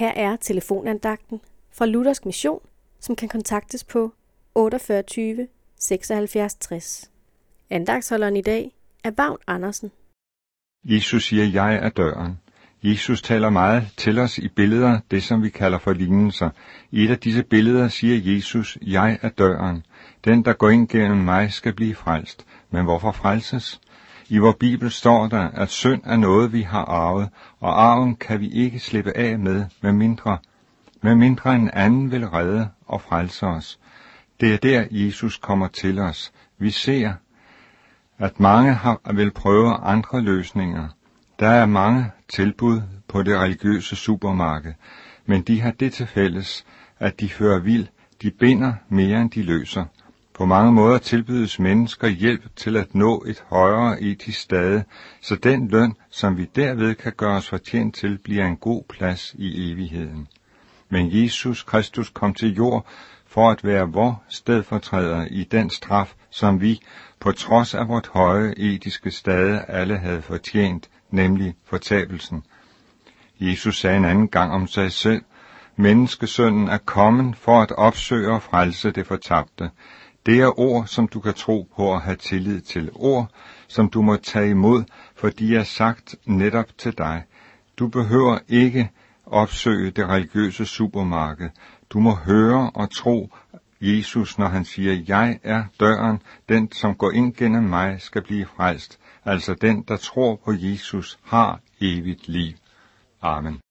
Her er telefonandagten fra Luthersk Mission, som kan kontaktes på 48 76 60. Andagtsholderen i dag er Vagn Andersen. Jesus siger, jeg er døren. Jesus taler meget til os i billeder, det som vi kalder for lignelser. I et af disse billeder siger Jesus, jeg er døren. Den, der går ind gennem mig, skal blive frelst. Men hvorfor frelses? I vor Bibel står der, at synd er noget, vi har arvet, og arven kan vi ikke slippe af med mindre en anden vil redde og frelse os. Det er der, Jesus kommer til os. Vi ser, at mange vil prøve andre løsninger. Der er mange tilbud på det religiøse supermarked, men de har det til fælles, at de fører vild, de binder mere end de løser. På mange måder tilbydes mennesker hjælp til at nå et højere etisk stade, så den løn, som vi derved kan gøre os fortjent til, bliver en god plads i evigheden. Men Jesus Kristus kom til jord for at være vor stedfortræder i den straf, som vi, på trods af vort høje etiske stade, alle havde fortjent, nemlig fortabelsen. Jesus sagde en anden gang om sig selv, menneskesønnen er kommet for at opsøge og frelse det fortabte. Det er ord, som du kan tro på og have tillid til. Ord, som du må tage imod, for de er sagt netop til dig. Du behøver ikke opsøge det religiøse supermarked. Du må høre og tro Jesus, når han siger, jeg er døren, den som går ind gennem mig skal blive frelst. Altså den, der tror på Jesus, har evigt liv. Amen.